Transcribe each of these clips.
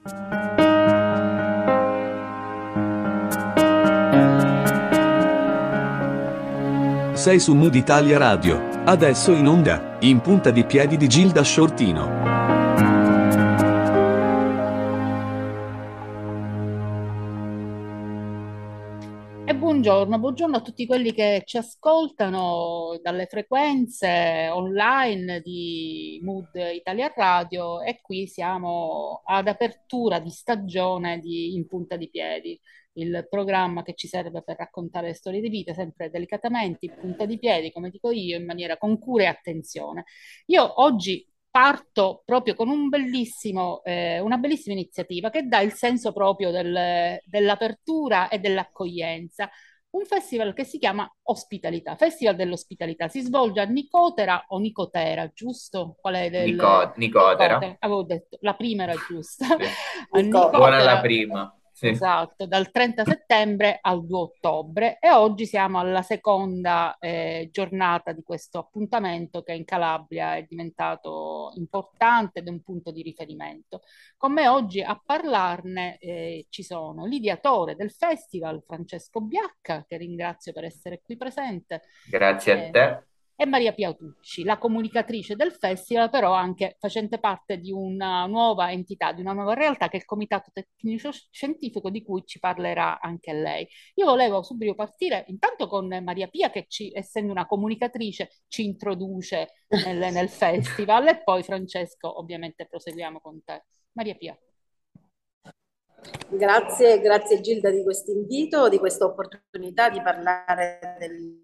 Sei su Mood Italia Radio. Adesso in onda, In punta di piedi di Gilda Shortino. E buongiorno a tutti quelli che ci ascoltano dalle frequenze online di Mood Italia Radio e qui siamo ad apertura di stagione di In Punta di Piedi, il programma che ci serve per raccontare le storie di vita, sempre delicatamente, in punta di piedi, come dico io, in maniera con cura e attenzione. Io oggi parto proprio con una bellissima iniziativa che dà il senso proprio dell'apertura e dell'accoglienza. Un festival che si chiama Ospitalità, Festival dell'Ospitalità. Si svolge a Nicotera o Nicotera, giusto? Qual è Nicotera. Nicotera? Avevo detto, la prima era giusta. Sì. A Buona la Nicotera, prima. Sì. esatto, dal 30 settembre al 2 ottobre e oggi siamo alla seconda giornata di questo appuntamento che in Calabria è diventato importante ed è un punto di riferimento. Con me oggi a parlarne ci sono l'ideatore del festival, Francesco Biacca, che ringrazio per essere qui presente, Grazie a eh, te. e Maria Piautucci, la comunicatrice del festival, però anche facente parte di una nuova entità, di una nuova realtà che è il Comitato Tecnico Scientifico, di cui ci parlerà anche lei. Io volevo subito partire intanto con Maria Pia, che essendo una comunicatrice ci introduce nel festival, e poi Francesco, ovviamente proseguiamo con te. Maria Pia. Grazie Gilda di questo invito, di questa opportunità di parlare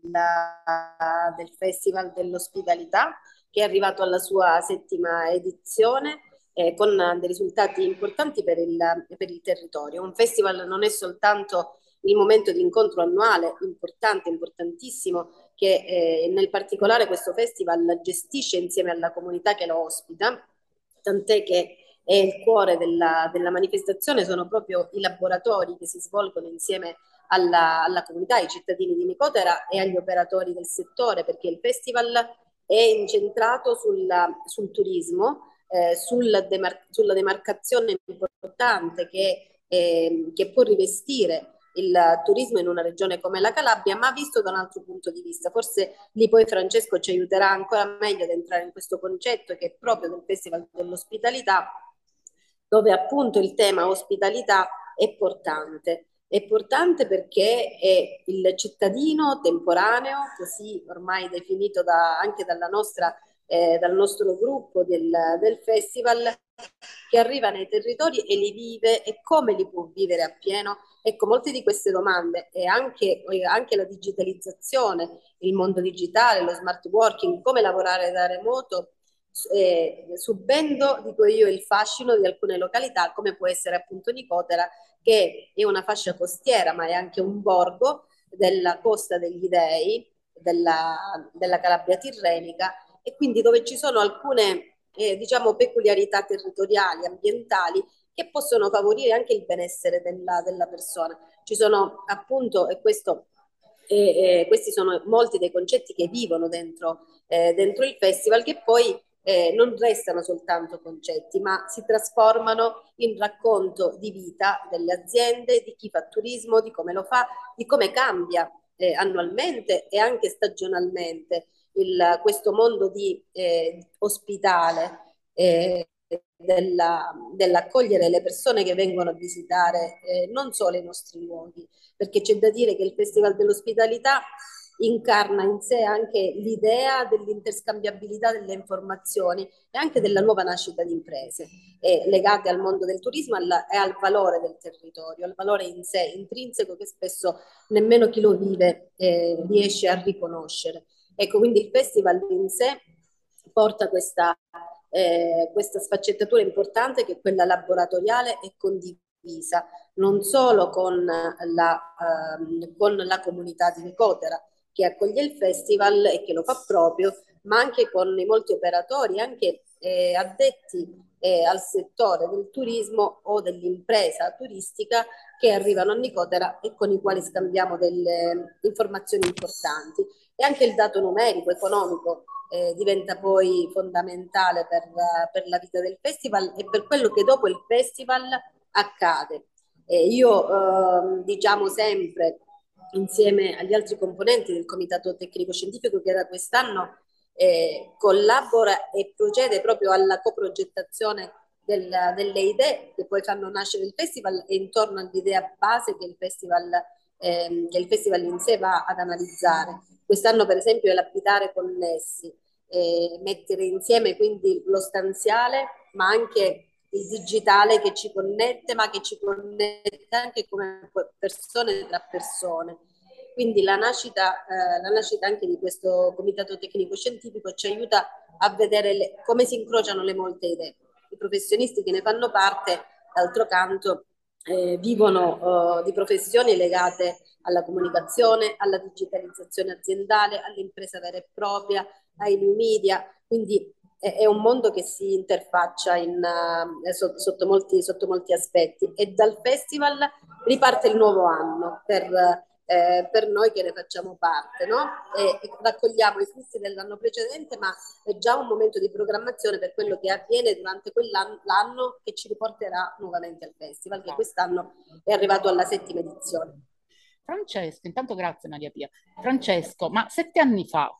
del Festival dell'Ospitalità che è arrivato alla sua settima edizione con dei risultati importanti per il territorio. Un festival non è soltanto il momento di incontro annuale importante, importantissimo, che nel particolare questo festival gestisce insieme alla comunità che lo ospita, tant'è che e il cuore della manifestazione sono proprio i laboratori che si svolgono insieme alla comunità, ai cittadini di Nicotera e agli operatori del settore, perché il festival è incentrato sul turismo, sulla demarcazione importante che può rivestire il turismo in una regione come la Calabria, ma visto da un altro punto di vista. Forse lì poi Francesco ci aiuterà ancora meglio ad entrare in questo concetto che è proprio del Festival dell'Ospitalità, dove appunto il tema ospitalità è portante. È portante perché è il cittadino temporaneo, così ormai definito anche dal nostro gruppo del festival, che arriva nei territori e li vive e come li può vivere appieno. Ecco, molte di queste domande e anche la digitalizzazione, il mondo digitale, lo smart working, come lavorare da remoto, subendo, dico io, il fascino di alcune località, come può essere appunto Nicotera, che è una fascia costiera, ma è anche un borgo della Costa degli Dei, della Calabria tirrenica, e quindi dove ci sono alcune, diciamo, peculiarità territoriali, ambientali, che possono favorire anche il benessere della persona. Ci sono appunto, questi sono molti dei concetti che vivono dentro il festival, che poi non restano soltanto concetti, ma si trasformano in racconto di vita delle aziende, di chi fa turismo, di come lo fa, di come cambia annualmente e anche stagionalmente questo mondo di ospitale, dell'accogliere le persone che vengono a visitare non solo i nostri luoghi, perché c'è da dire che il Festival dell'Ospitalità incarna in sé anche l'idea dell'interscambiabilità delle informazioni e anche della nuova nascita di imprese legate al mondo del turismo e al valore del territorio, al valore in sé intrinseco che spesso nemmeno chi lo vive riesce a riconoscere. Ecco, quindi il festival in sé porta questa sfaccettatura importante che è quella laboratoriale e condivisa, non solo con la comunità di Nicotera, che accoglie il festival e che lo fa proprio, ma anche con i molti operatori, anche addetti al settore del turismo o dell'impresa turistica che arrivano a Nicotera e con i quali scambiamo delle informazioni importanti. E anche il dato numerico, economico diventa poi fondamentale per la vita del festival e per quello che dopo il festival accade. Io diciamo sempre, insieme agli altri componenti del Comitato Tecnico Scientifico, che da quest'anno collabora e procede proprio alla coprogettazione delle idee che poi fanno nascere il festival e intorno all'idea base che il festival in sé va ad analizzare. Quest'anno, per esempio, è l'abitare connessi, mettere insieme quindi lo stanziale, ma anche il digitale che ci connette, ma che ci connette anche come persone tra persone. Quindi la nascita anche di questo comitato tecnico scientifico ci aiuta a vedere come si incrociano le molte idee. I professionisti che ne fanno parte, d'altro canto, vivono di professioni legate alla comunicazione, alla digitalizzazione aziendale, all'impresa vera e propria, ai new media, quindi è un mondo che si interfaccia sotto molti aspetti e dal festival riparte il nuovo anno per noi che ne facciamo parte, no? E raccogliamo i flussi dell'anno precedente, ma è già un momento di programmazione per quello che avviene durante quell'anno che ci riporterà nuovamente al festival, che quest'anno è arrivato alla 7ª edizione. Francesco, intanto grazie Maria Pia. Francesco, ma 7 anni fa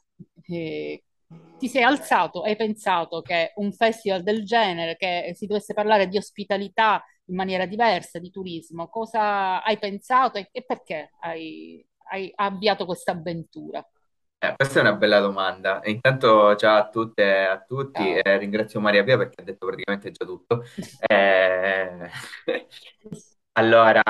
ti sei alzato e hai pensato che un festival del genere, che si dovesse parlare di ospitalità in maniera diversa, di turismo, cosa hai pensato e perché hai avviato questa avventura? Questa è una bella domanda. E intanto ciao a tutte e a tutti, Ciao. ringrazio Maria Pia perché ha detto praticamente già tutto. Eh, Allora,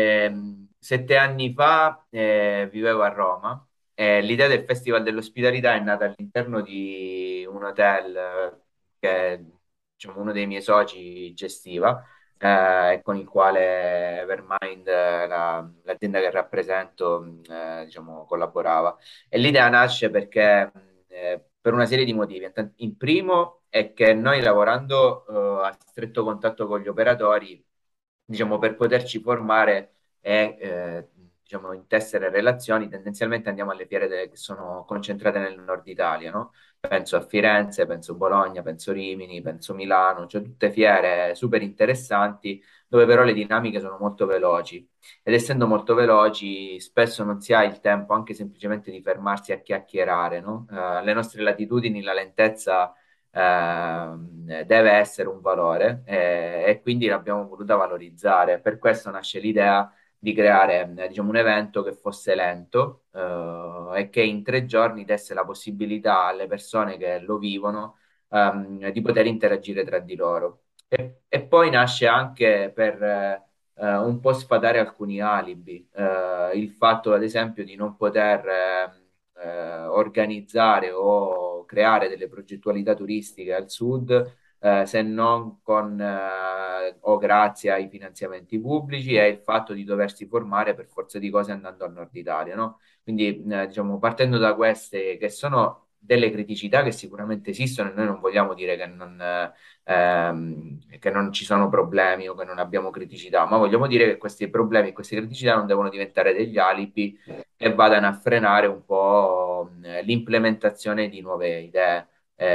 7 anni fa vivevo a Roma e l'idea del Festival dell'Ospitalità è nata all'interno di un hotel che diciamo, uno dei miei soci gestiva e con il quale Evermind, l'azienda che rappresento, diciamo, collaborava. E l'idea nasce perché per una serie di motivi. In primo è che noi lavorando a stretto contatto con gli operatori, diciamo, per poterci formare e diciamo, intessere relazioni, tendenzialmente andiamo alle fiere che sono concentrate nel nord Italia, no? Penso a Firenze, penso a Bologna, penso Rimini, penso Milano, cioè tutte fiere super interessanti dove però le dinamiche sono molto veloci ed essendo molto veloci spesso non si ha il tempo anche semplicemente di fermarsi a chiacchierare, no? Le nostre latitudini, la lentezza deve essere un valore e quindi l'abbiamo voluta valorizzare. Per questo nasce l'idea di creare, diciamo, un evento che fosse lento e che in 3 giorni desse la possibilità alle persone che lo vivono di poter interagire tra di loro. E poi nasce anche per un po' sfatare alcuni alibi, il fatto ad esempio di non poter organizzare o creare delle progettualità turistiche al sud se non con o grazie ai finanziamenti pubblici e il fatto di doversi formare per forza di cose andando al nord Italia, no? Quindi diciamo partendo da queste che sono delle criticità che sicuramente esistono e noi non vogliamo dire che non ci sono problemi o che non abbiamo criticità, ma vogliamo dire che questi problemi e queste criticità non devono diventare degli alibi che vadano a frenare un po' l'implementazione di nuove idee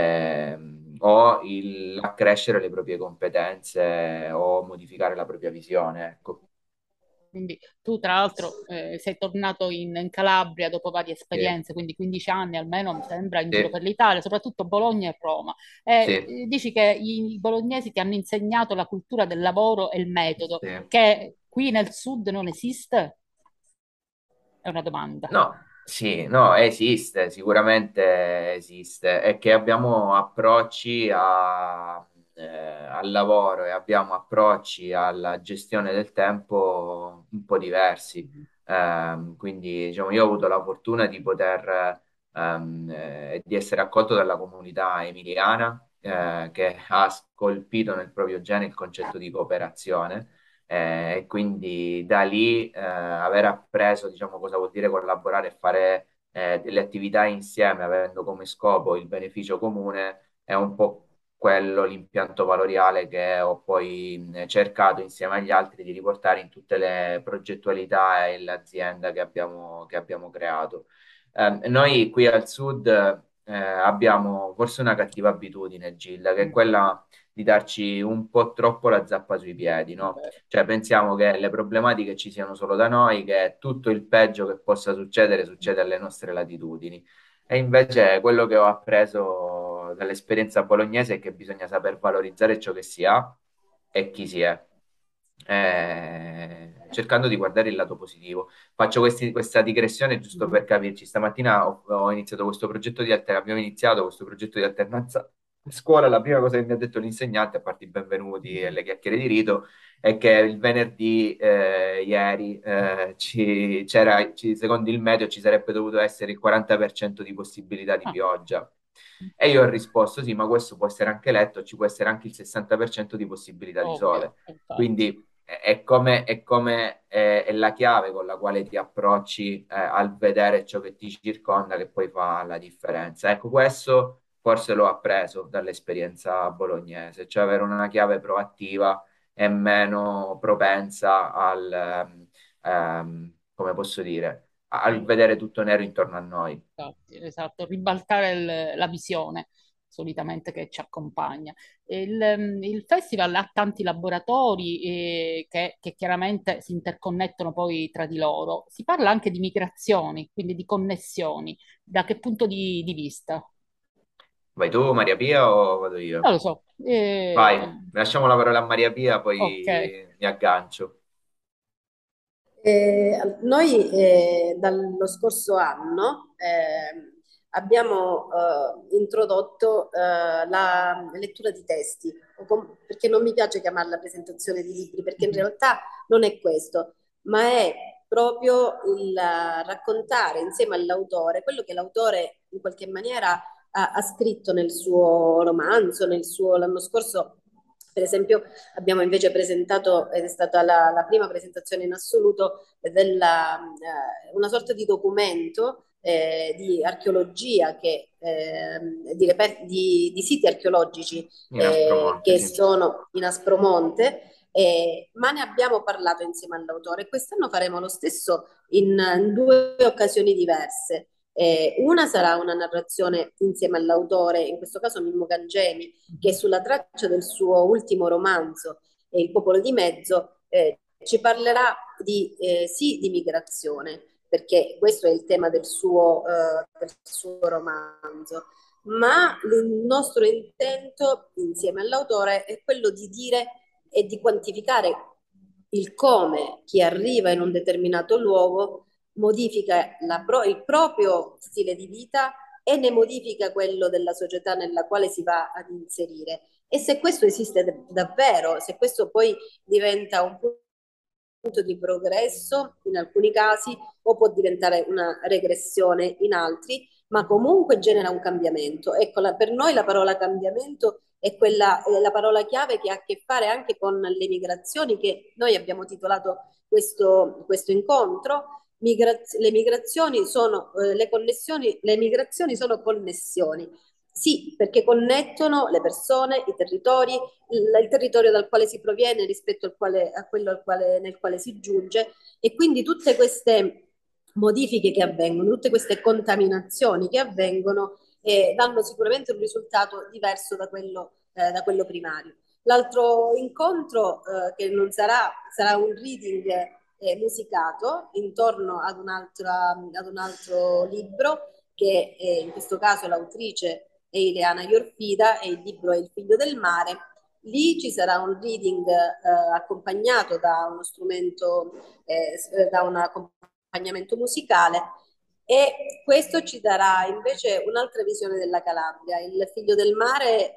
o accrescere le proprie competenze o modificare la propria visione, ecco. Quindi tu tra l'altro sei tornato in Calabria dopo varie Sì, esperienze, quindi 15 anni almeno mi sembra in giro sì, per l'Italia, soprattutto Bologna e Roma. sì, Dici che i bolognesi ti hanno insegnato la cultura del lavoro e il metodo, sì. che qui nel sud non esiste? È una domanda. No, sì, no, esiste, sicuramente esiste, è che abbiamo approcci al lavoro e abbiamo approcci alla gestione del tempo un po' diversi. Quindi, diciamo, io ho avuto la fortuna di poter, di essere accolto dalla comunità emiliana, che ha scolpito nel proprio gene il concetto di cooperazione e quindi da lì aver appreso, diciamo, cosa vuol dire collaborare e fare delle attività insieme, avendo come scopo il beneficio comune, è un po' quello l'impianto valoriale che ho poi cercato insieme agli altri di riportare in tutte le progettualità e l'azienda che abbiamo creato. Noi qui al sud abbiamo forse una cattiva abitudine, Gilda, che è Mm. quella di darci un po' troppo la zappa sui piedi, no? Vero. Cioè pensiamo che le problematiche ci siano solo da noi, che tutto il peggio che possa succedere succede alle nostre latitudini. E invece quello che ho appreso dall'esperienza bolognese è che bisogna saper valorizzare ciò che si ha e chi si è, cercando di guardare il lato positivo. Faccio questa digressione giusto Mhm. per capirci. Stamattina ho iniziato questo progetto di alternanza, abbiamo iniziato questo progetto di alternanza a scuola. La prima cosa che mi ha detto l'insegnante, a parte i benvenuti e Mhm. le chiacchiere di rito, è che il venerdì, ieri, secondo il meteo ci sarebbe dovuto essere il 40% di possibilità di Ah, pioggia. E io ho risposto: sì, ma questo può essere anche letto, ci può essere anche il 60% di possibilità di ovvio, sole. infatti. Quindi è la chiave con la quale ti approcci, al vedere ciò che ti circonda, che poi fa la differenza. Ecco, questo forse l'ho appreso dall'esperienza bolognese, cioè avere una chiave proattiva e meno propensa come posso dire, al Sì. vedere tutto nero intorno a noi. Infatti, esatto, ribaltare la visione solitamente che ci accompagna. Il festival ha tanti laboratori che chiaramente si interconnettono poi tra di loro. Si parla anche di migrazioni, quindi di connessioni. Da che punto di vista? Vai tu, Maria Pia, o vado io? Non lo so. Vai, lasciamo la parola a Maria Pia, Ok. poi mi aggancio. Noi dallo scorso anno abbiamo introdotto la lettura di testi, perché non mi piace chiamarla presentazione di libri, perché in Mhm. realtà non è questo, ma è proprio il raccontare insieme all'autore quello che l'autore in qualche maniera ha scritto nel suo romanzo, l'anno scorso. Per esempio, abbiamo invece presentato, ed è stata la prima presentazione in assoluto, una sorta di documento di archeologia di siti archeologici In Aspromonte, che sì. sono in Aspromonte, ma ne abbiamo parlato insieme all'autore. Quest'anno faremo lo stesso in due occasioni diverse. Una sarà una narrazione insieme all'autore, in questo caso Mimmo Gangemi, che sulla traccia del suo ultimo romanzo, Il popolo di mezzo, ci parlerà sì di migrazione, perché questo è il tema del suo romanzo, ma il nostro intento insieme all'autore è quello di dire e di quantificare il come chi arriva in un determinato luogo modifica il proprio stile di vita e ne modifica quello della società nella quale si va ad inserire. E se questo esiste davvero, se questo poi diventa un punto di progresso in alcuni casi o può diventare una regressione in altri, ma comunque genera un cambiamento. Ecco, per noi la parola cambiamento è la parola chiave che ha a che fare anche con le migrazioni che noi abbiamo titolato questo incontro. Le migrazioni sono le migrazioni sono connessioni. Sì, perché connettono le persone, i territori, il territorio dal quale si proviene rispetto a quello nel quale si giunge, e quindi tutte queste modifiche che avvengono, tutte queste contaminazioni che avvengono danno sicuramente un risultato diverso da quello primario. L'altro incontro che non sarà un reading musicato intorno ad un altro libro che in questo caso l'autrice è Ileana Iorfida e il libro è Il figlio del mare. Lì ci sarà un reading accompagnato da uno strumento, da un accompagnamento musicale, e questo ci darà invece un'altra visione della Calabria. Il figlio del mare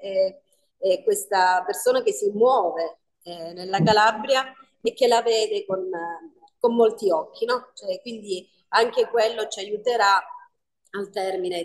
è questa persona che si muove nella Calabria e che la vede con molti occhi, no? Cioè, quindi anche quello ci aiuterà al termine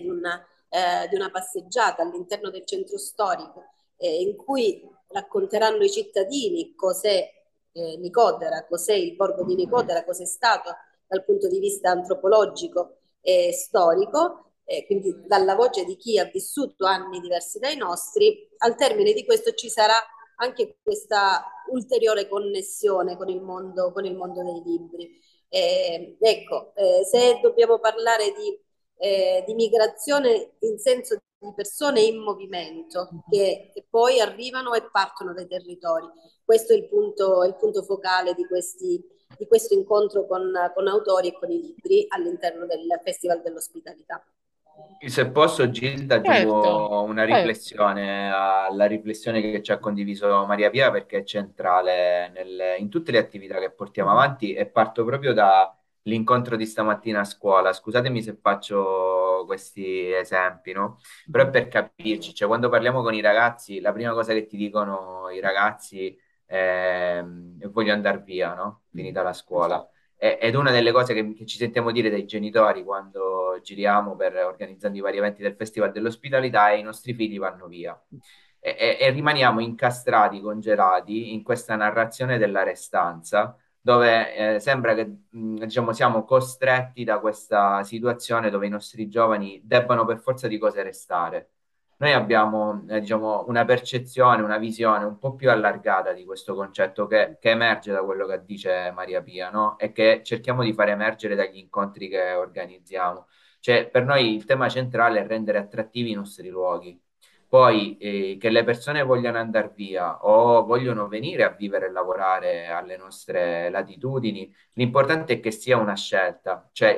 di una passeggiata all'interno del centro storico, in cui racconteranno i cittadini cos'è Nicodera, cos'è il borgo di Nicodera, cos'è stato dal punto di vista antropologico e storico, quindi dalla voce di chi ha vissuto anni diversi dai nostri. Al termine di questo ci sarà anche questa ulteriore connessione con il mondo dei libri. Se dobbiamo parlare di migrazione in senso di persone in movimento che poi arrivano e partono dai territori. Questo è il punto focale di questo incontro con autori e con i libri all'interno del Festival dell'Ospitalità. Se posso, Gilda, Certo, aggiungo una certo. riflessione alla riflessione che ci ha condiviso Maria Pia perché è centrale in tutte le attività che portiamo avanti e parto proprio dall'incontro di stamattina a scuola. Scusatemi se faccio questi esempi, no? Però è per capirci, cioè quando parliamo con i ragazzi, la prima cosa che ti dicono i ragazzi è voglio andare via, no? Finita la scuola. Ed una delle cose che ci sentiamo dire dai genitori quando giriamo per organizzando i vari eventi del Festival dell'Ospitalità è i nostri figli vanno via. E rimaniamo incastrati, congelati in questa narrazione della restanza, dove sembra che diciamo, siamo costretti da questa situazione dove i nostri giovani debbano per forza di cose restare. Noi abbiamo, diciamo, una percezione, una visione un po' più allargata di questo concetto che emerge da quello che dice Maria Pia, no? E che cerchiamo di far emergere dagli incontri che organizziamo. Cioè, per noi il tema centrale è rendere attrattivi i nostri luoghi. Poi, che le persone vogliano andare via o vogliono venire a vivere e lavorare alle nostre latitudini, l'importante è che sia una scelta. Cioè,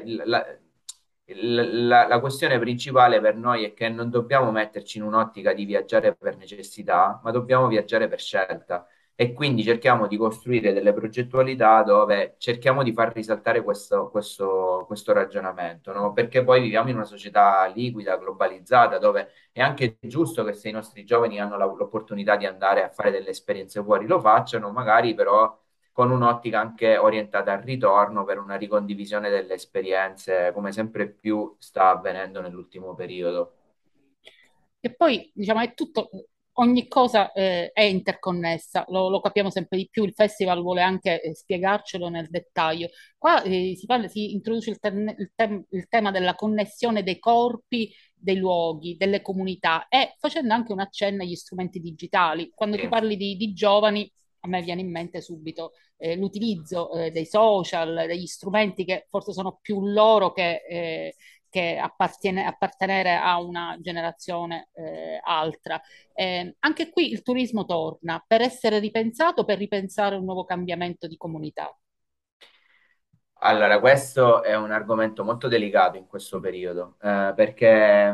la questione principale per noi è che non dobbiamo metterci in un'ottica di viaggiare per necessità, ma dobbiamo viaggiare per scelta. E quindi cerchiamo di costruire delle progettualità dove cerchiamo di far risaltare questo ragionamento, no? Perché poi viviamo in una società liquida, globalizzata, dove è anche giusto che se i nostri giovani hanno l'opportunità di andare a fare delle esperienze fuori, lo facciano, magari però con un'ottica anche orientata al ritorno per una ricondivisione delle esperienze, come sempre più sta avvenendo nell'ultimo periodo. E poi, diciamo, è tutto, ogni cosa è interconnessa, lo capiamo sempre di più, il festival vuole anche spiegarcelo nel dettaglio. Qua si introduce il tema della connessione dei corpi, dei luoghi, delle comunità e facendo anche un accenno agli strumenti digitali. Quando tu Sì. parli di giovani, a me viene in mente subito l'utilizzo dei social, degli strumenti che forse sono più loro che appartenere a una generazione altra. Anche qui il turismo torna per essere ripensato, per ripensare un nuovo cambiamento di comunità. Allora, questo è un argomento molto delicato in questo periodo, perché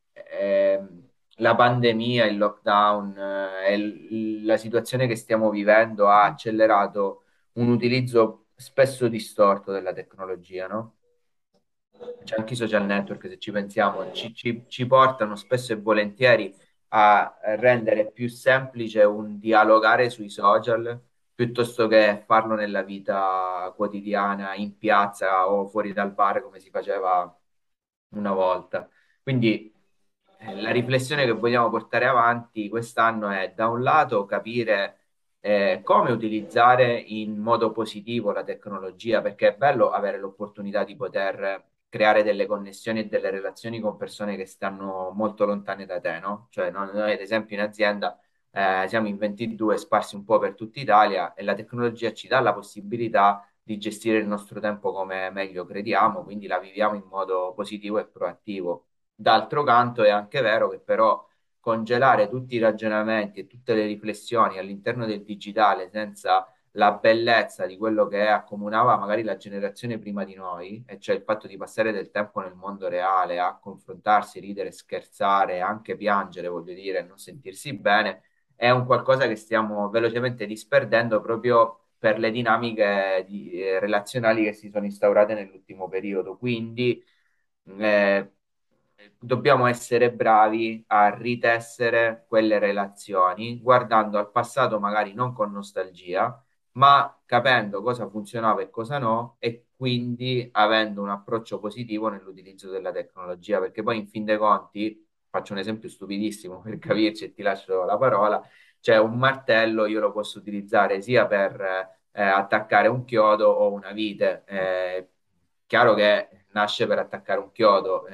la pandemia, il lockdown, e la situazione che stiamo vivendo ha accelerato un utilizzo spesso distorto della tecnologia, no? C'è anche i social network, se ci pensiamo, ci portano spesso e volentieri a rendere più semplice un dialogare sui social piuttosto che farlo nella vita quotidiana, in piazza o fuori dal bar come si faceva una volta. Quindi la riflessione che vogliamo portare avanti quest'anno è da un lato capire come utilizzare in modo positivo la tecnologia, perché è bello avere l'opportunità di poter creare delle connessioni e delle relazioni con persone che stanno molto lontane da te, no? Cioè noi ad esempio in azienda siamo in 22 sparsi un po' per tutta Italia e la tecnologia ci dà la possibilità di gestire il nostro tempo come meglio crediamo, quindi la viviamo in modo positivo e proattivo. D'altro canto è anche vero che però congelare tutti i ragionamenti e tutte le riflessioni all'interno del digitale senza la bellezza di quello che accomunava magari la generazione prima di noi, e cioè il fatto di passare del tempo nel mondo reale a confrontarsi, ridere, scherzare, anche piangere, voglio dire, non sentirsi bene, è un qualcosa che stiamo velocemente disperdendo proprio per le dinamiche relazionali che si sono instaurate nell'ultimo periodo. Quindi eh, dobbiamo essere bravi a ritessere quelle relazioni, guardando al passato magari non con nostalgia, ma capendo cosa funzionava e cosa no, e quindi avendo un approccio positivo nell'utilizzo della tecnologia, perché poi in fin dei conti, faccio un esempio stupidissimo per capirci e ti lascio la parola, cioè un martello io lo posso utilizzare sia per attaccare un chiodo o una vite. Chiaro che nasce per attaccare un chiodo,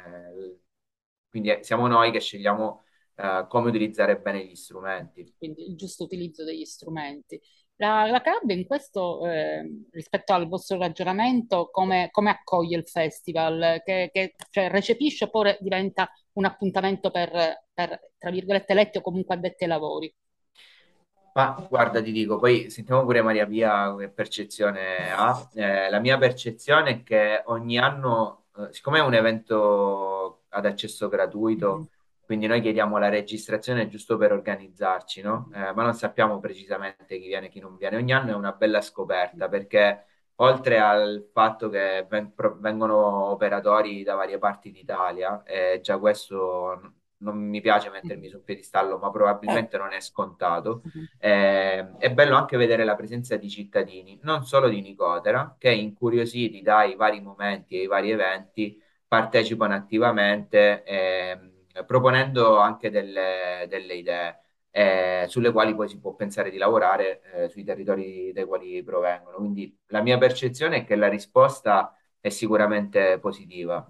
quindi siamo noi che scegliamo come utilizzare bene gli strumenti. Quindi il giusto utilizzo degli strumenti. La Calabria in questo, rispetto al vostro ragionamento, come accoglie il festival? Cioè, recepisce oppure diventa un appuntamento tra virgolette, letti o comunque addetti ai lavori? Ma guarda, ti dico, poi sentiamo pure Maria Pia che percezione ha. La mia percezione è che ogni anno, siccome è un evento ad accesso Mhm. gratuito, quindi noi chiediamo la registrazione giusto per organizzarci, no? Ma non sappiamo precisamente chi viene e chi non viene. Ogni anno è una bella scoperta perché oltre al fatto che vengono operatori da varie parti d'Italia, già questo non mi piace mettermi su un piedistallo, ma probabilmente non è scontato. Mhm. È bello anche vedere la presenza di cittadini, non solo di Nicotera, che incuriositi dai vari momenti e i vari eventi partecipano attivamente, proponendo anche delle idee. Sulle quali poi si può pensare di lavorare sui territori dai quali provengono. Quindi la mia percezione è che la risposta è sicuramente positiva.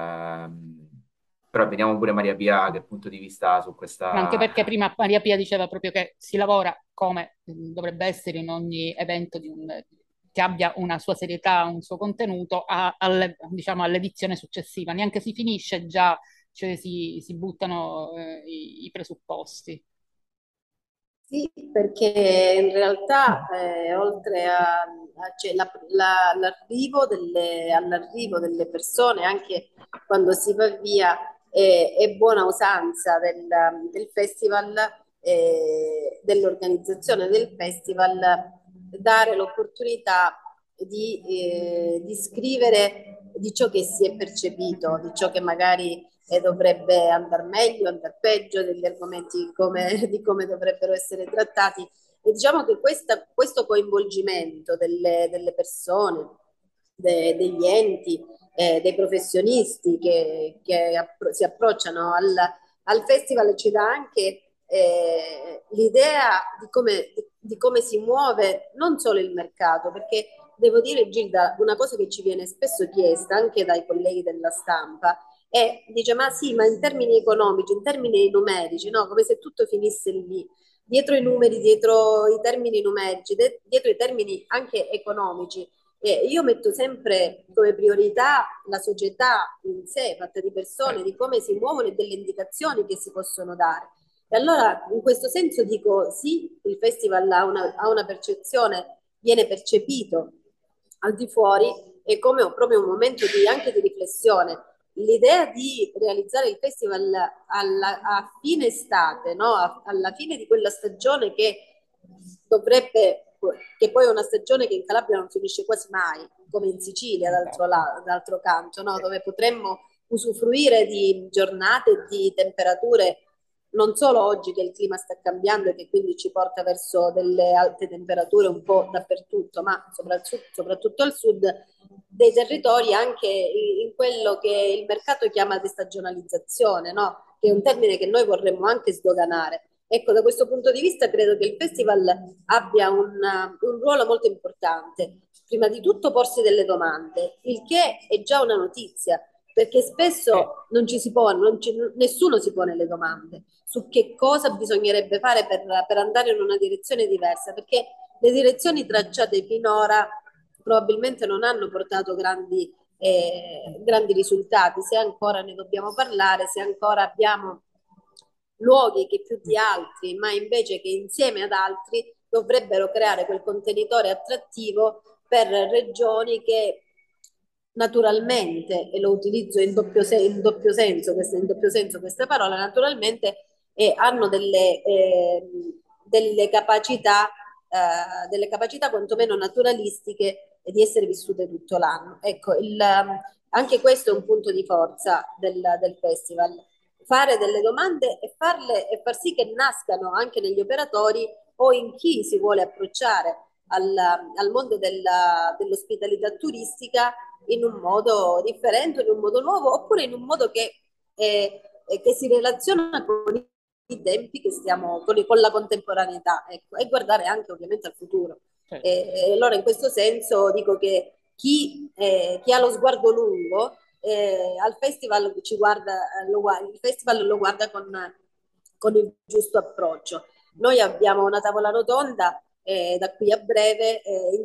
Però vediamo pure Maria Pia che punto di vista ha su Ma anche perché questa. prima Maria Pia diceva proprio che si lavora come dovrebbe essere in ogni evento che abbia una sua serietà, un suo contenuto, diciamo, all'edizione successiva. Neanche si finisce già, cioè si buttano i presupposti. Sì, perché in realtà oltre cioè, all'arrivo delle persone, anche quando si va via, è buona usanza del festival, dell'organizzazione del festival, dare l'opportunità di scrivere di ciò che si è percepito, di ciò che magari dovrebbe andare meglio, andare peggio, degli argomenti di come dovrebbero essere trattati. E diciamo che questo coinvolgimento delle persone, degli enti, dei professionisti che si approcciano al festival ci dà anche l'idea di come si muove non solo il mercato, perché devo dire, Gilda, una cosa che ci viene spesso chiesta anche dai colleghi della stampa e dice ma sì, ma in termini economici, in termini numerici, no? Come se tutto finisse lì. Dietro i numeri, dietro i termini numerici, dietro i termini anche economici. Io metto sempre come priorità la società in sé, fatta di persone, di come si muovono e delle indicazioni che si possono dare. E allora in questo senso dico sì, il festival ha una percezione, viene percepito al di fuori e come proprio un momento anche di riflessione. L'idea di realizzare il festival a fine estate, no? Alla fine di quella stagione che poi è una stagione che in Calabria non finisce quasi mai, come in Sicilia d'altro canto, no? Dove potremmo usufruire di giornate e di temperature non solo oggi che il clima sta cambiando e che quindi ci porta verso delle alte temperature un po' dappertutto, ma soprattutto al sud dei territori anche in quello che il mercato chiama destagionalizzazione, no? Che è un termine che noi vorremmo anche sdoganare. Ecco, da questo punto di vista credo che il festival abbia un ruolo molto importante. Prima di tutto porsi delle domande, il che è già una notizia, perché spesso nessuno si pone le domande su che cosa bisognerebbe fare per andare in una direzione diversa, perché le direzioni tracciate finora probabilmente non hanno portato grandi risultati, se ancora ne dobbiamo parlare, se ancora abbiamo luoghi che più di altri, ma invece che insieme ad altri dovrebbero creare quel contenitore attrattivo per regioni che naturalmente, e lo utilizzo in doppio senso questa parola, naturalmente hanno delle capacità quantomeno naturalistiche di essere vissute tutto l'anno. Ecco, anche questo è un punto di forza del festival. Fare delle domande e far sì che nascano anche negli operatori o in chi si vuole approcciare al mondo dell'ospitalità turistica in un modo differente, in un modo nuovo, oppure in un modo che si relaziona con i tempi che stiamo, con la contemporaneità, ecco, e guardare anche ovviamente al futuro. Certo. E allora in questo senso dico che chi ha lo sguardo lungo al festival il festival lo guarda con il giusto approccio. Noi abbiamo una tavola rotonda da qui a breve,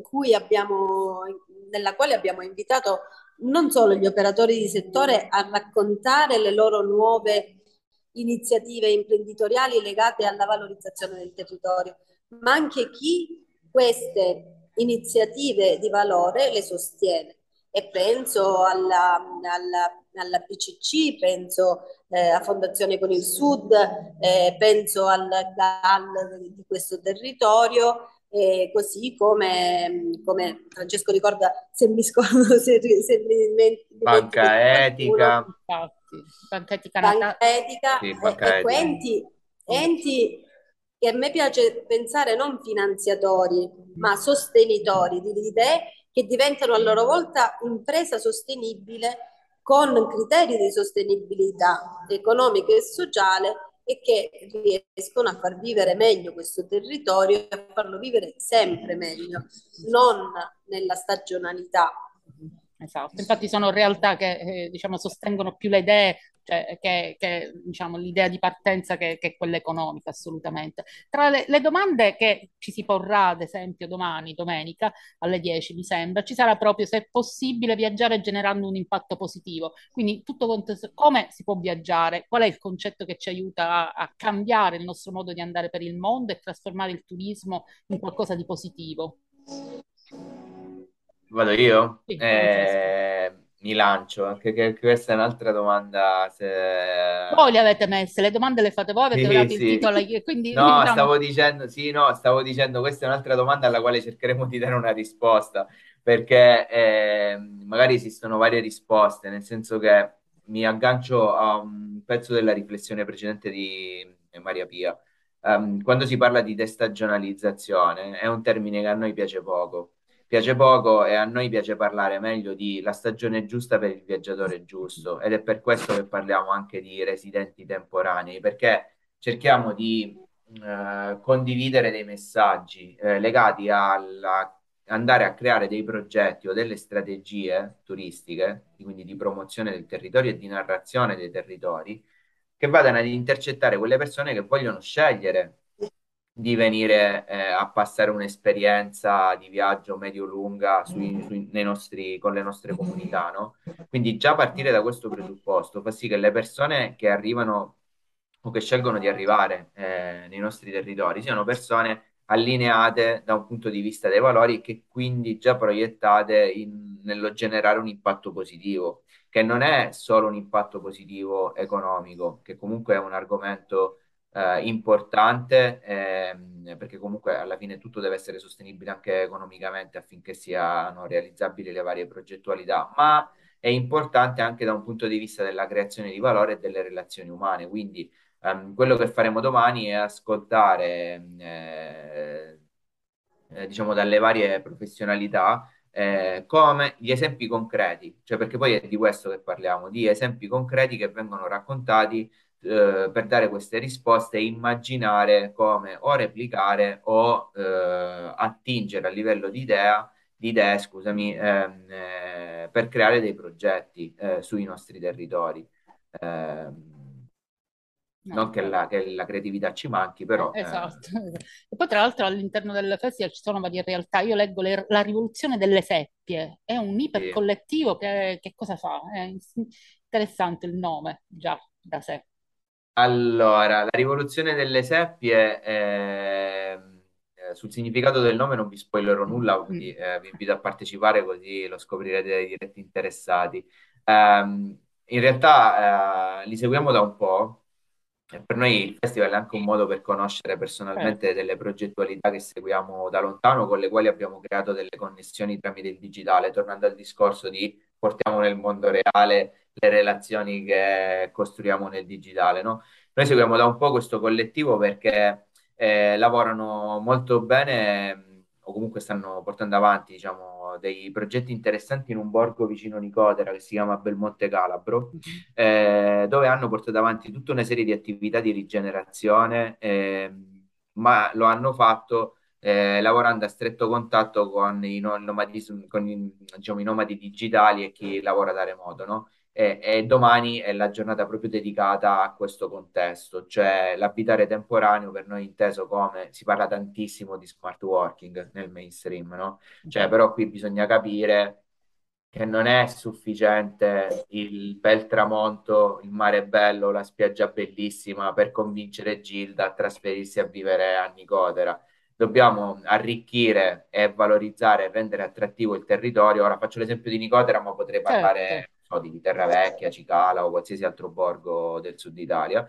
nella quale abbiamo invitato non solo gli operatori di settore a raccontare le loro nuove iniziative imprenditoriali legate alla valorizzazione del territorio, ma anche chi queste iniziative di valore le sostiene. E penso alla BCC, penso a Fondazione con il Sud, penso al GAL di questo territorio, così come Francesco ricorda, se mi scordo, se mi dimentico di Banca qualcuno, Etica, Infatti, Banca Etica Banca Etica, sì, Banca ecco, Etica. enti che a me piace pensare non finanziatori, ma sostenitori di idee che diventano a loro volta impresa sostenibile con criteri di sostenibilità economica e sociale e che riescono a far vivere meglio questo territorio e a farlo vivere sempre meglio, non nella stagionalità. Esatto, infatti sono realtà che diciamo, sostengono più le idee, cioè, diciamo, l'idea di partenza che quella economica, assolutamente. Tra le domande che ci si porrà, ad esempio, domani, domenica, alle 10, mi sembra, ci sarà proprio se è possibile viaggiare generando un impatto positivo. Quindi come si può viaggiare, qual è il concetto che ci aiuta a cambiare il nostro modo di andare per il mondo e trasformare il turismo in qualcosa di positivo. Vado io? Sì, Francesco. Mi lancio, anche che questa è un'altra domanda. Voi le avete messe, le domande le fate voi, avete Sì, dato il sì. titolo, quindi No, diciamo, stavo dicendo, sì, no, stavo dicendo, questa è un'altra domanda alla quale cercheremo di dare una risposta, perché magari esistono varie risposte, nel senso che mi aggancio a un pezzo della riflessione precedente di Maria Pia. Quando si parla di destagionalizzazione, è un termine che a noi piace poco. Piace poco e a noi piace parlare meglio di la stagione giusta per il viaggiatore giusto, ed è per questo che parliamo anche di residenti temporanei, perché cerchiamo di condividere dei messaggi legati alla andare a creare dei progetti o delle strategie turistiche, quindi di promozione del territorio e di narrazione dei territori, che vadano ad intercettare quelle persone che vogliono scegliere di venire a passare un'esperienza di viaggio medio-lunga con le nostre comunità, no? Quindi già partire da questo presupposto fa sì che le persone che arrivano o che scelgono di arrivare nei nostri territori siano persone allineate da un punto di vista dei valori e che quindi già proiettate nello generare un impatto positivo, che non è solo un impatto positivo economico, che comunque è un argomento importante, perché comunque alla fine tutto deve essere sostenibile anche economicamente affinché siano realizzabili le varie progettualità, ma è importante anche da un punto di vista della creazione di valore e delle relazioni umane. Quindi quello che faremo domani è ascoltare, diciamo, dalle varie professionalità come gli esempi concreti, cioè perché poi è di questo che parliamo, di esempi concreti che vengono raccontati per dare queste risposte e immaginare come o replicare o attingere a livello di idee, scusami, per creare dei progetti sui nostri territori. no, Non che la creatività ci manchi, però esatto. E poi tra l'altro all'interno del festival ci sono varie realtà. Io leggo la rivoluzione delle seppie, è un sì. ipercollettivo che cosa fa? È interessante il nome, già, da sé. Allora, la rivoluzione delle seppie, sul significato del nome non vi spoilerò nulla, quindi Mm. vi invito a partecipare così lo scoprirete dai diretti interessati. In realtà li seguiamo da un po'. E per noi il festival è anche un modo per conoscere personalmente Certo. delle progettualità che seguiamo da lontano, con le quali abbiamo creato delle connessioni tramite il digitale, tornando al discorso di portiamo nel mondo reale le relazioni che costruiamo nel digitale, no? Noi seguiamo da un po' questo collettivo perché lavorano molto bene, o comunque stanno portando avanti, diciamo, dei progetti interessanti in un borgo vicino Nicotera che si chiama Belmonte Calabro, Mhm. dove hanno portato avanti tutta una serie di attività di rigenerazione, ma lo hanno fatto lavorando a stretto contatto con diciamo, i nomadi digitali e chi lavora da remoto, no? e domani è la giornata proprio dedicata a questo contesto, cioè l'abitare temporaneo per noi inteso come si parla tantissimo di smart working nel mainstream, no? Cioè, però qui bisogna capire che non è sufficiente il bel tramonto, il mare bello, la spiaggia bellissima per convincere Gilda a trasferirsi a vivere a Nicotera. Dobbiamo arricchire e valorizzare e rendere attrattivo il territorio. Ora faccio l'esempio di Nicotera, ma potrei Certo. parlare, non so, di Terravecchia, Cicala o qualsiasi altro borgo del sud Italia.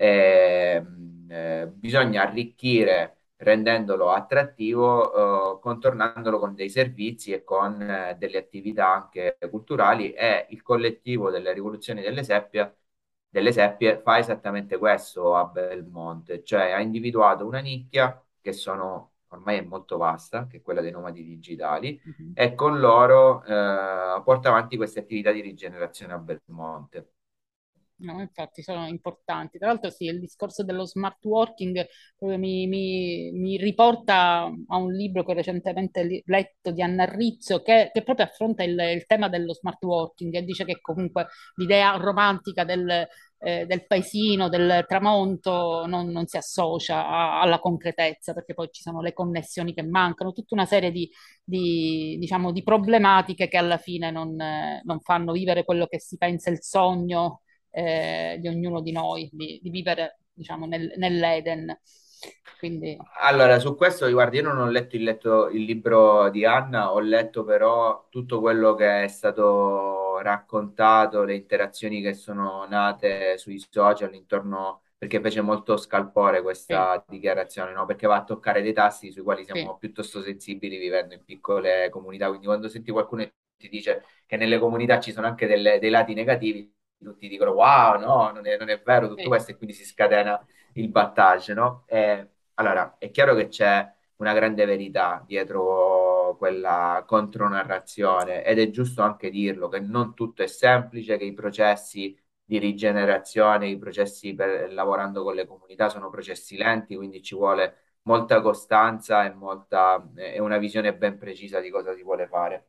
Bisogna arricchire rendendolo attrattivo, contornandolo con dei servizi e con delle attività anche culturali. E il collettivo delle rivoluzioni delle seppie fa esattamente questo a Belmonte, cioè ha individuato una nicchia che sono ormai è molto vasta, che è quella dei nomadi digitali, Mhm. e con loro porta avanti queste attività di rigenerazione a Belmonte. No, infatti sono importanti. Tra l'altro, sì, il discorso dello smart working proprio mi riporta a un libro che ho recentemente letto di Anna Rizzo, che proprio affronta il tema dello smart working e dice che comunque l'idea romantica del paesino, del tramonto, non si associa alla concretezza, perché poi ci sono le connessioni che mancano, tutta una serie diciamo, di problematiche che alla fine non fanno vivere quello che si pensa il sogno di ognuno di noi, di vivere, diciamo, nell'Eden. Quindi, Allora, su questo, guardi, io non ho letto il libro di Anna, ho letto però tutto quello che è stato raccontato, le interazioni che sono nate sui social intorno, perché fece molto scalpore sì, questa dichiarazione, no? Perché va a toccare dei tasti sui quali sì, siamo piuttosto sensibili vivendo in piccole comunità. Quindi quando senti qualcuno che ti dice che nelle comunità ci sono anche dei lati negativi, tutti dicono wow, no, non è vero tutto sì. questo e quindi si scatena il battage, no? Allora, è chiaro che c'è una grande verità dietro quella contronarrazione ed è giusto anche dirlo, che non tutto è semplice, che i processi di rigenerazione, i processi lavorando con le comunità sono processi lenti, quindi ci vuole molta costanza e una visione ben precisa di cosa si vuole fare.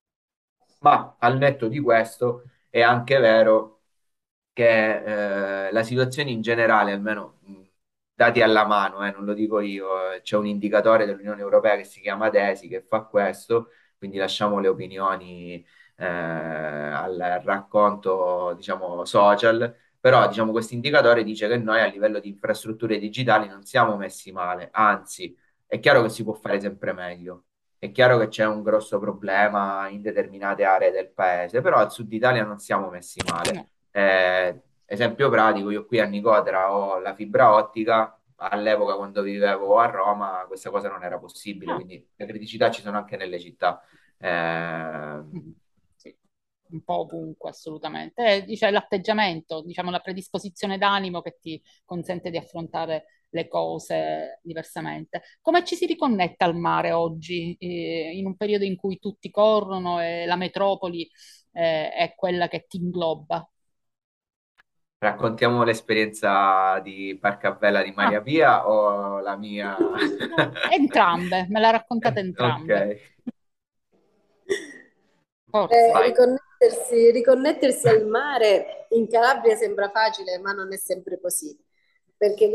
Ma al netto di questo è anche vero che la situazione in generale, almeno dati alla mano, non lo dico io, c'è un indicatore dell'Unione Europea che si chiama DESI che fa questo, quindi lasciamo le opinioni al racconto, diciamo, social, però diciamo, questo indicatore dice che noi a livello di infrastrutture digitali non siamo messi male, anzi, è chiaro che si può fare sempre meglio. È chiaro che c'è un grosso problema in determinate aree del paese, però al sud Italia non siamo messi male. No. Esempio pratico, io qui a Nicotera ho la fibra ottica, all'epoca quando vivevo a Roma questa cosa non era possibile, Ah, quindi le criticità ci sono anche nelle città. mhm. Sì, un po' ovunque, assolutamente. Dice l'atteggiamento, diciamo la predisposizione d'animo che ti consente di affrontare le cose diversamente. Come ci si riconnetta al mare oggi, in un periodo in cui tutti corrono e la metropoli, è quella che ti ingloba? Raccontiamo l'esperienza di Barcavella di Maria Ah, Pia o la mia? entrambe, me la raccontate Ok, entrambe. Forza. vai. Riconnettersi al mare in Calabria sembra facile, ma non è sempre così, perché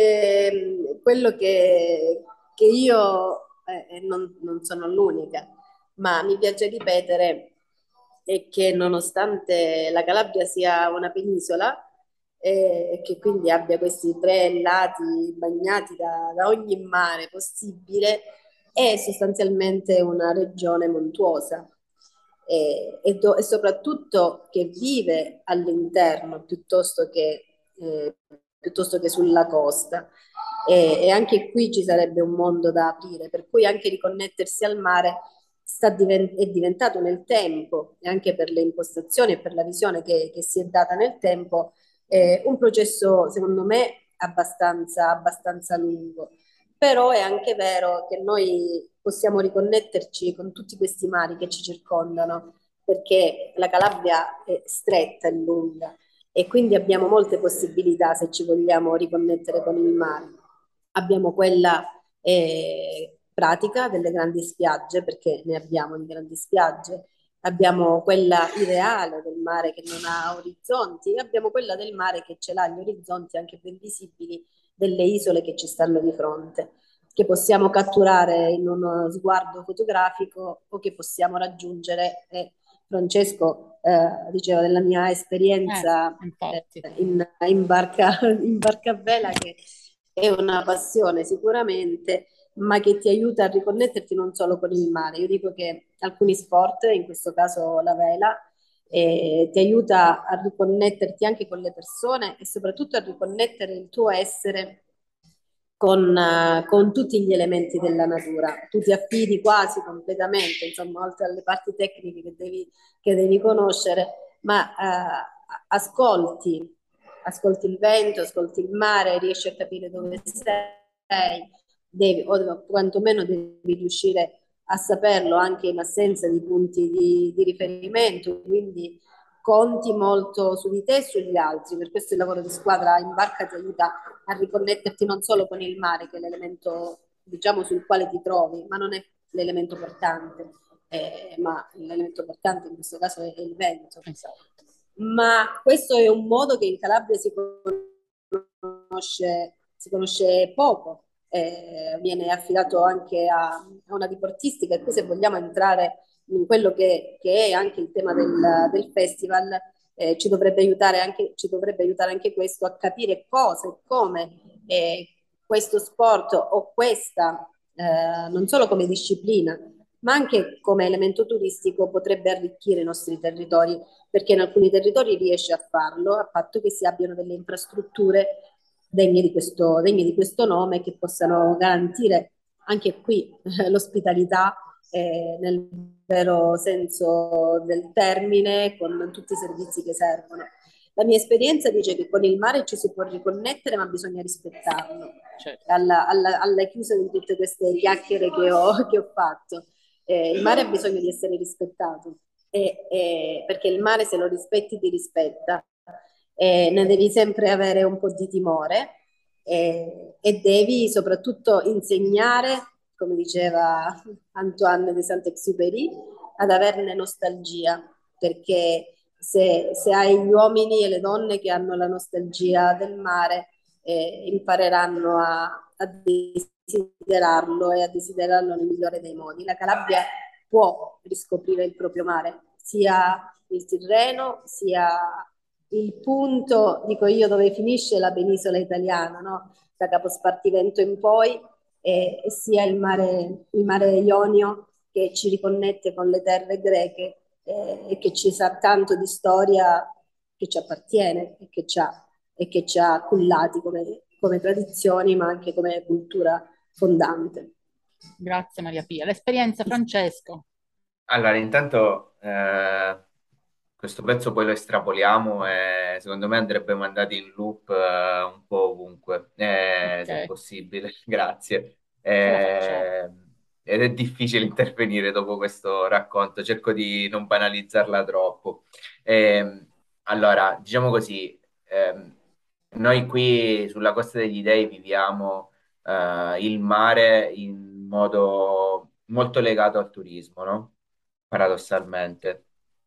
che io, e non sono l'unica, ma mi piace ripetere, è che nonostante la Calabria sia una penisola, e che quindi abbia questi tre lati bagnati da ogni mare possibile, è sostanzialmente una regione montuosa e soprattutto che vive all'interno piuttosto che sulla costa. E anche qui ci sarebbe un mondo da aprire, per cui anche riconnettersi al mare è diventato nel tempo, e anche per le impostazioni e per la visione che si è data nel tempo, un processo, secondo me, abbastanza lungo. Però è anche vero che noi possiamo riconnetterci con tutti questi mari che ci circondano, perché la Calabria è stretta e lunga e quindi abbiamo molte possibilità se ci vogliamo riconnettere con il mare. Abbiamo quella pratica delle grandi spiagge, perché ne abbiamo di grandi spiagge, abbiamo quella ideale del mare che non ha orizzonti e abbiamo quella del mare che ce l'ha gli orizzonti anche ben visibili delle isole che ci stanno di fronte, che possiamo catturare in uno sguardo fotografico o che possiamo raggiungere. E Francesco diceva della mia esperienza infatti. in barca a vela, che è una passione sicuramente, ma che ti aiuta a riconnetterti non solo con il mare. Io dico che alcuni sport, in questo caso la vela, ti aiuta a riconnetterti anche con le persone e soprattutto a riconnettere il tuo essere con tutti gli elementi della natura. Tu ti affidi quasi completamente, insomma, oltre alle parti tecniche che devi conoscere, ma ascolti, ascolti il vento, ascolti il mare, riesci a capire dove sei, devi, o quantomeno devi riuscire a saperlo anche in assenza di punti di riferimento, quindi conti molto su di te e sugli altri. Per questo il lavoro di squadra in barca ti aiuta a riconnetterti non solo con il mare, che è l'elemento, diciamo, sul quale ti trovi, ma non è l'elemento portante, ma l'elemento portante in questo caso è il vento. Esatto. Ma questo è un modo che in Calabria si conosce poco, viene affidato anche a una diportistica, e qui se vogliamo entrare in quello che è anche il tema del festival, ci dovrebbe aiutare anche questo a capire cosa e come questo sport o questa, non solo come disciplina, ma anche come elemento turistico potrebbe arricchire i nostri territori, perché in alcuni territori riesce a farlo, a patto che si abbiano delle infrastrutture degne di questo nome, che possano garantire anche qui l'ospitalità nel vero senso del termine, con tutti i servizi che servono. La mia esperienza dice che con il mare ci si può riconnettere, ma bisogna rispettarlo. Certo. Alla chiusa di tutte queste chiacchiere che ho fatto, il mare ha bisogno di essere rispettato, perché il mare, se lo rispetti, ti rispetta. Ne devi sempre avere un po' di timore, e devi soprattutto insegnare, come diceva Antoine de Saint-Exupéry, ad averne nostalgia, perché se hai gli uomini e le donne che hanno la nostalgia del mare, impareranno a desiderarlo e a desiderarlo nel migliore dei modi. La Calabria può riscoprire il proprio mare, sia il Tirreno, sia il punto, dico io, dove finisce la penisola italiana, no? Da Capospartivento in poi, e sia il mare Ionio, che ci riconnette con le terre greche, e che ci sa tanto di storia che ci appartiene e che ci ha cullati come tradizioni, ma anche come cultura fondante. Grazie Maria Pia. L'esperienza, Francesco. Allora, intanto questo pezzo poi lo estrapoliamo e secondo me andrebbe mandato in loop un po' ovunque, se è Ok, possibile. Grazie. ce la facciamo. Ed è difficile intervenire dopo questo racconto, cerco di non banalizzarla troppo. Allora, diciamo così, noi qui sulla Costa degli Dei viviamo il mare in modo molto legato al turismo, no? Paradossalmente.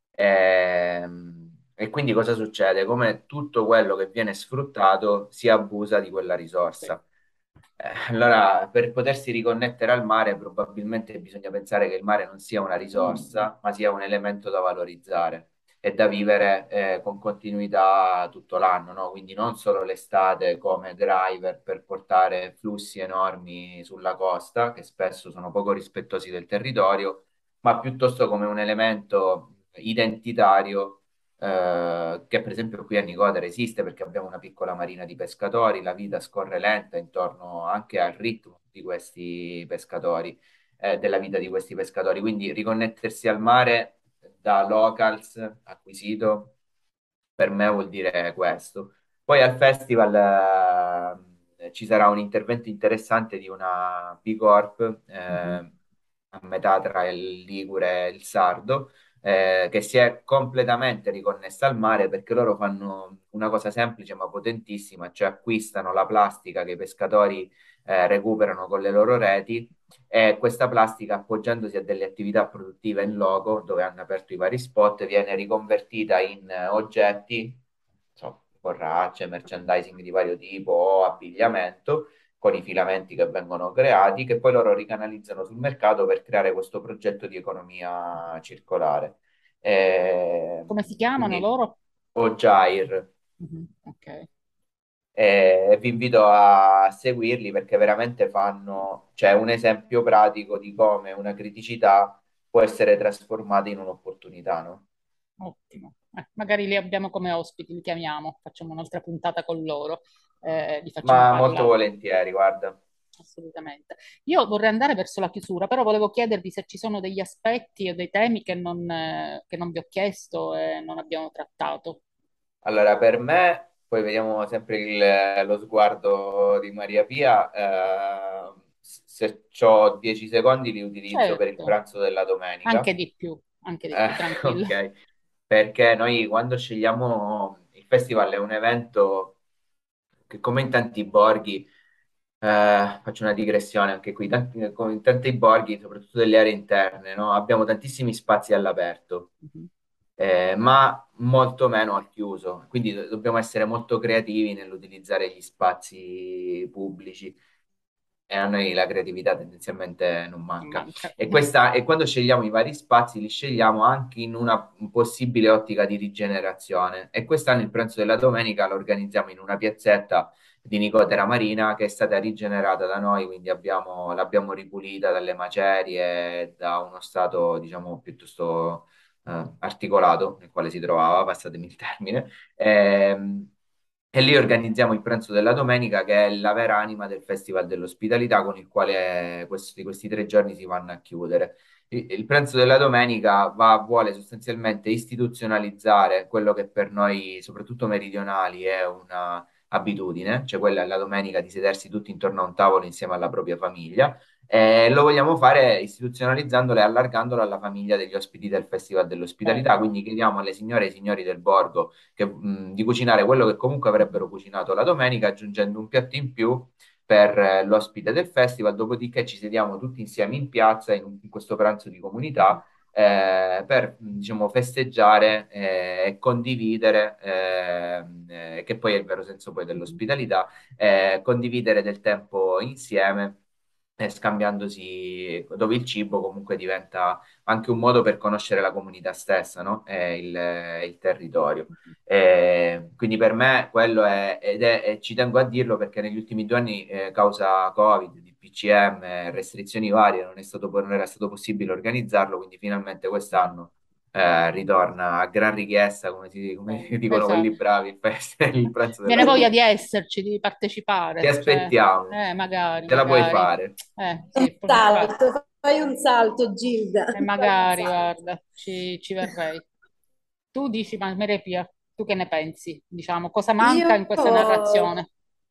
E quindi cosa succede? Come tutto quello che viene sfruttato si abusa di quella Sì. risorsa. Allora, per potersi riconnettere al mare, probabilmente bisogna pensare che il mare non sia una risorsa, ma sia un elemento da valorizzare e da vivere con continuità tutto l'anno, no? Quindi non solo l'estate come driver per portare flussi enormi sulla costa, che spesso sono poco rispettosi del territorio, ma piuttosto come un elemento identitario che per esempio qui a Nicotera esiste perché abbiamo una piccola marina di pescatori, la vita scorre lenta intorno anche al ritmo di questi pescatori, della vita di questi pescatori, quindi riconnettersi al mare da locals acquisito per me vuol dire questo. Poi al festival ci sarà un intervento interessante di una B Corp Mhm. a metà tra il Ligure e il Sardo, che si è completamente riconnessa al mare perché loro fanno una cosa semplice ma potentissima, cioè acquistano la plastica che i pescatori recuperano con le loro reti e questa plastica, appoggiandosi a delle attività produttive in loco, dove hanno aperto i vari spot, viene riconvertita in oggetti, insomma, borracce, merchandising di vario tipo o abbigliamento, con i filamenti che vengono creati, che poi loro ricanalizzano sul mercato per creare questo progetto di economia circolare. Come si chiamano Quindi loro? Ojair. Mhm, ok. E vi invito a seguirli perché veramente fanno, cioè, un esempio pratico di come una criticità può essere trasformata in un'opportunità, no? Ottimo. Magari li abbiamo come ospiti, li chiamiamo, facciamo un'altra puntata con loro, li facciamo Ma molto parlare. volentieri, guarda. Assolutamente. Io vorrei andare verso la chiusura, però volevo chiedervi se ci sono degli aspetti o dei temi che non vi ho chiesto e non abbiamo trattato. Allora, per me, poi vediamo sempre lo sguardo di Maria Pia, se ho 10 secondi li utilizzo per il Certo, pranzo della domenica. anche di più, tranquillo. Ok, perché noi quando scegliamo il festival è un evento che come in tanti borghi, faccio una digressione anche qui, come in tanti borghi, soprattutto delle aree interne, no? Abbiamo tantissimi spazi all'aperto, Mhm. ma molto meno al chiuso, quindi dobbiamo essere molto creativi nell'utilizzare gli spazi pubblici e a noi la creatività tendenzialmente non manca. Manca. E quando scegliamo i vari spazi, li scegliamo anche in una possibile ottica di rigenerazione. E quest'anno il pranzo della domenica lo organizziamo in una piazzetta di Nicotera Marina che è stata rigenerata da noi, quindi l'abbiamo ripulita dalle macerie, da uno stato, diciamo, piuttosto articolato nel quale si trovava, passatemi il termine. Ehm, e lì organizziamo il pranzo della domenica, che è la vera anima del Festival dell'Ospitalità, con il quale questi 3 giorni si vanno a chiudere. Il pranzo della domenica vuole sostanzialmente istituzionalizzare quello che per noi, soprattutto meridionali, è una abitudine, cioè quella la domenica di sedersi tutti intorno a un tavolo insieme alla propria famiglia. E lo vogliamo fare istituzionalizzandolo e allargandolo alla famiglia degli ospiti del Festival dell'Ospitalità. Certo. Quindi chiediamo alle signore e ai signori del borgo di cucinare quello che comunque avrebbero cucinato la domenica, aggiungendo un piatto in più per l'ospite del festival, dopodiché ci sediamo tutti insieme in piazza in questo pranzo di Mhm. comunità per diciamo, festeggiare e condividere, che poi è il vero senso poi Mhm. dell'ospitalità, condividere del tempo insieme. E scambiandosi dove il cibo comunque diventa anche un modo per conoscere la comunità stessa, no? E il territorio. Quindi per me quello e ci tengo a dirlo perché negli ultimi 2 anni, causa Covid, di PCM, restrizioni varie, non era stato possibile organizzarlo, quindi finalmente quest'anno ritorna a gran richiesta, come dicono quelli Esatto. bravi, il pranzo della Viene voglia di domenica. esserci, di Ti partecipare, cioè, aspettiamo, magari, ce la puoi magari, fare. sì, infatti, Fai un salto, Gilda. Fai un magari, salto. guarda, ci verrei. Tu dici, ma Merepia, tu che ne pensi? Diciamo, cosa manca Io in questa narrazione?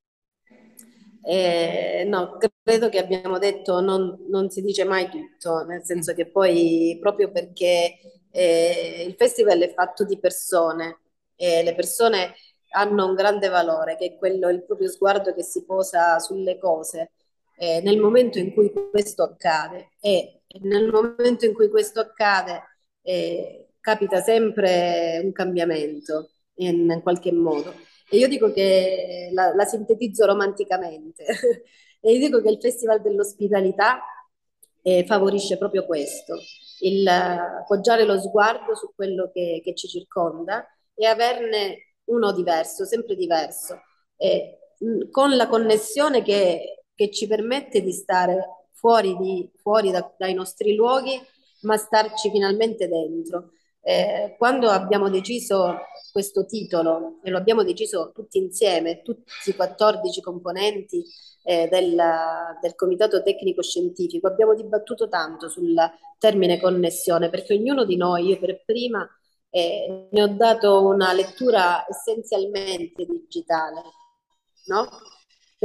no, credo che abbiamo detto non si dice mai tutto, nel Mm, senso che poi proprio perché il festival è fatto di persone e le persone hanno un grande valore, che è quello, il proprio sguardo che si posa sulle cose nel momento in cui questo accade e nel momento in cui questo accade capita sempre un cambiamento in qualche modo. E io dico che la sintetizzo romanticamente. E io dico che il Festival dell'Ospitalità favorisce proprio questo, il poggiare lo sguardo su quello che ci circonda e averne uno diverso, sempre diverso, con la connessione che ci permette di stare dai nostri luoghi, ma starci finalmente dentro. Quando abbiamo deciso questo titolo e lo abbiamo deciso tutti insieme, tutti i 14 componenti del Comitato Tecnico Scientifico, abbiamo dibattuto tanto sul termine connessione perché ognuno di noi, io per prima, ne ho dato una lettura essenzialmente digitale, no?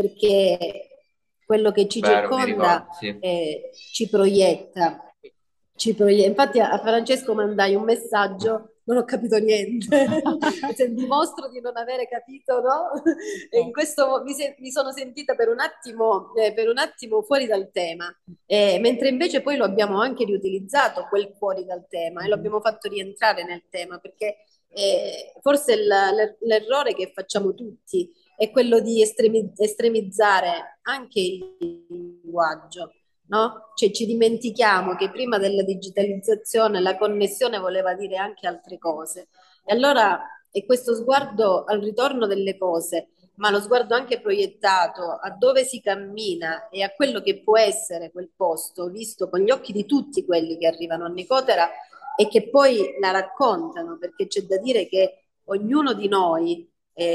Perché quello che ci Vero, mi circonda ricordo, sì. ci proietta Infatti a Francesco mandai un messaggio, non ho capito niente, se dimostro di non avere capito, no? E in No. questo mi sono sentita per un attimo fuori dal tema, mentre invece poi lo abbiamo anche riutilizzato quel fuori dal tema e lo Mhm. abbiamo fatto rientrare nel tema, perché forse l'errore che facciamo tutti è quello di estremizzare anche il linguaggio, no? Cioè ci dimentichiamo che prima della digitalizzazione la connessione voleva dire anche altre cose. E allora è questo sguardo al ritorno delle cose, ma lo sguardo anche proiettato a dove si cammina e a quello che può essere quel posto, visto con gli occhi di tutti quelli che arrivano a Nicotera e che poi la raccontano, perché c'è da dire che ognuno di noi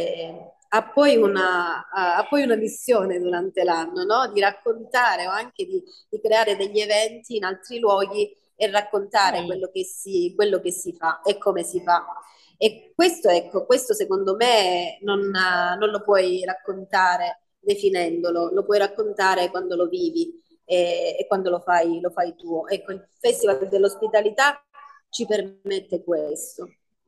ha poi una missione durante l'anno, no? Di raccontare o anche di creare degli eventi in altri luoghi e raccontare Bello. quello che si fa e come si fa. E questo, ecco, questo secondo me non lo puoi raccontare definendolo, lo puoi raccontare quando lo vivi e quando lo fai tuo. Ecco, il Festival dell'Ospitalità ci permette questo.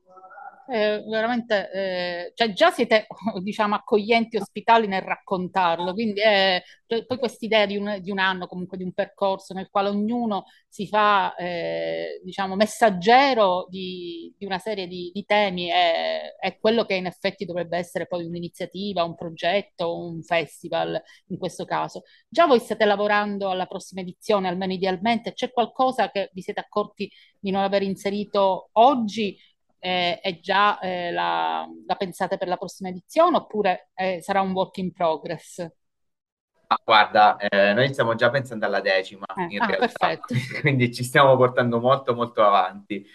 Veramente, cioè già siete, diciamo, accoglienti, ospitali nel raccontarlo, quindi cioè, poi quest'idea di un anno, comunque di un percorso nel quale ognuno si fa, diciamo, messaggero di una serie di temi, è quello che in effetti dovrebbe essere poi un'iniziativa, un progetto, un festival in questo caso. Già voi state lavorando alla prossima edizione, almeno idealmente, c'è qualcosa che vi siete accorti di non aver inserito oggi? È già la pensate per la prossima edizione oppure sarà un work in progress? Ah, guarda, noi stiamo già pensando alla 10ª in realtà, Perfetto. quindi ci stiamo portando molto molto avanti.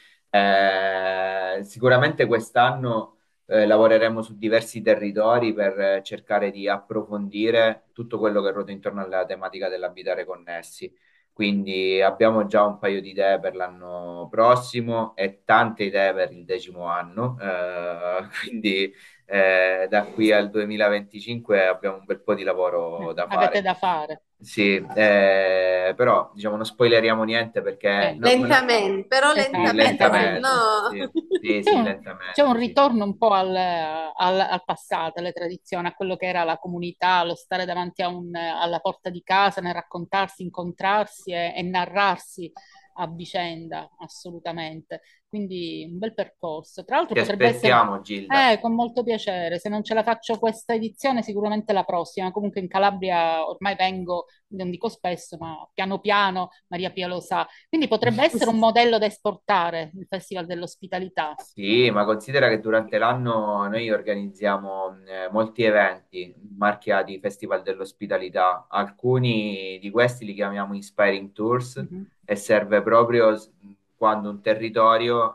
Sicuramente quest'anno lavoreremo su diversi territori per cercare di approfondire tutto quello che ruota intorno alla tematica dell'abitare connessi. Quindi abbiamo già un paio di idee per l'anno prossimo e tante idee per il 10º anno. Quindi da qui al 2025 abbiamo un bel po' di lavoro da Avete fare. da fare. Sì, però diciamo non spoileriamo niente perché Lentamente, però sì, lentamente, Lentamente. lentamente, no? sì, sì, C'è sì, c'è un lentamente, sì. ritorno un po' al passato, alle tradizioni, a quello che era la comunità, lo stare davanti alla porta di casa, nel raccontarsi, incontrarsi e narrarsi a vicenda, assolutamente. Quindi un bel percorso. Tra l'altro Ti potrebbe essere, aspettiamo, Gilda. con molto piacere, se non ce la faccio questa edizione, sicuramente la prossima. Comunque in Calabria ormai vengo, non dico spesso, ma piano piano, Maria Pia lo sa. Quindi potrebbe essere un modello da esportare, il Festival dell'Ospitalità. Sì, ma considera che durante l'anno noi organizziamo molti eventi marchiati Festival dell'Ospitalità. Alcuni di questi li chiamiamo Inspiring Tours Mhm. e serve proprio quando un territorio,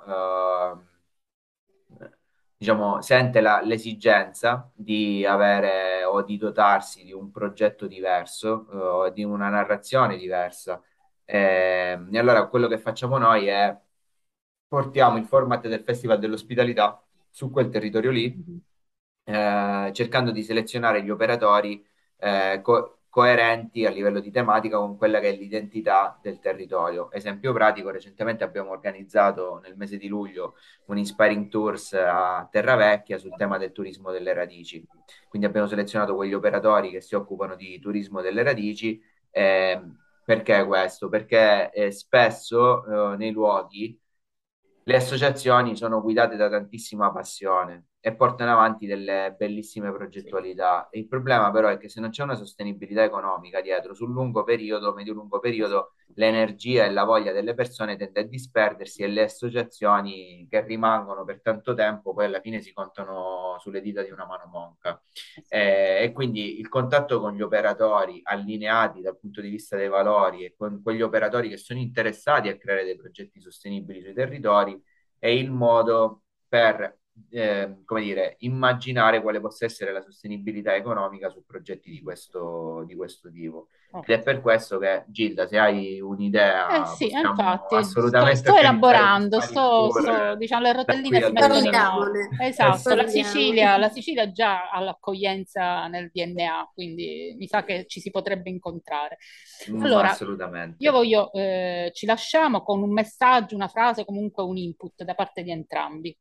diciamo, sente l'esigenza di avere o di dotarsi di un progetto diverso, o di una narrazione diversa. E allora quello che facciamo noi è portiamo il format del Festival dell'Ospitalità su quel territorio lì, Mhm. cercando di selezionare gli operatori coerenti a livello di tematica con quella che è l'identità del territorio. Esempio pratico, recentemente abbiamo organizzato nel mese di luglio un Inspiring Tours a Terravecchia sul tema del turismo delle radici. Quindi abbiamo selezionato quegli operatori che si occupano di turismo delle radici. Perché questo? Perché spesso nei luoghi le associazioni sono guidate da tantissima passione e portano avanti delle bellissime Sì. progettualità. Il problema però è che se non c'è una sostenibilità economica dietro, sul lungo periodo, medio-lungo periodo, l'energia e la voglia delle persone tende a disperdersi e le associazioni che rimangono per tanto tempo poi alla fine si contano sulle dita di una mano monca. E quindi il contatto con gli operatori allineati dal punto di vista dei valori e con quegli operatori che sono interessati a creare dei progetti sostenibili sui territori è il modo per come dire, immaginare quale possa essere la sostenibilità economica su progetti di questo tipo. Ed è per questo che, Gilda, se hai un'idea, Sì, possiamo infatti, assolutamente sto organizzare un elaborando, study tour diciamo, le da qui rotelline si al mettono in 2000. moto. Parliamone, Esatto, parliamone. La Sicilia già ha l'accoglienza nel DNA, quindi mi sa che ci si potrebbe incontrare. Allora, io Assolutamente. voglio, ci lasciamo con un messaggio, una frase, comunque un input da parte di entrambi.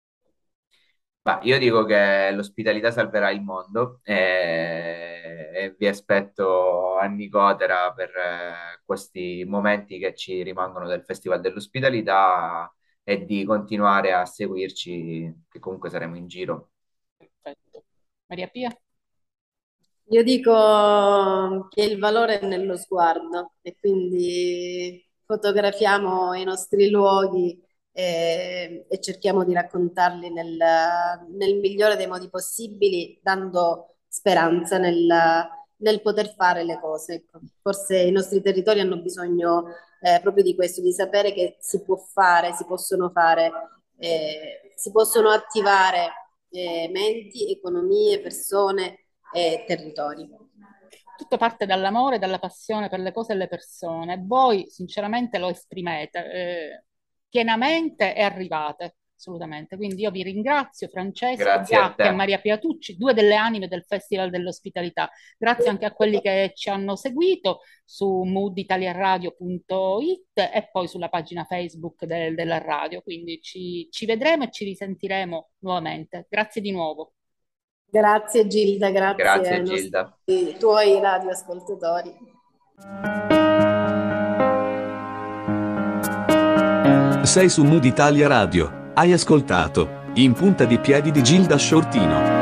Ma io dico che l'ospitalità salverà il mondo e vi aspetto a Nicotera per questi momenti che ci rimangono del Festival dell'Ospitalità e di continuare a seguirci, che comunque saremo in giro. Perfetto. Maria Pia? Io dico che il valore è nello sguardo e quindi fotografiamo i nostri luoghi e cerchiamo di raccontarli nel migliore dei modi possibili, dando speranza nel poter fare le cose. Ecco. Forse i nostri territori hanno bisogno proprio di questo, di sapere che si può fare, si possono fare, si possono attivare menti, economie, persone e territori. Tutto parte dall'amore, dalla passione per le cose e le persone. Voi, sinceramente, lo esprimete pienamente e arrivate, assolutamente. Quindi io vi ringrazio, Francesco Grazie a Biacchi e te. Maria Piatucci, due delle anime del Festival dell'Ospitalità. Grazie anche a quelli che ci hanno seguito su mooditaliaradio.it e poi sulla pagina Facebook della radio. Quindi ci vedremo e ci risentiremo nuovamente. Grazie di nuovo. Grazie Gilda, grazie Grazie ai Gilda. tuoi radioascoltatori. Sei su Mood Italia Radio. Hai ascoltato In punta di piedi di Gilda Shortino.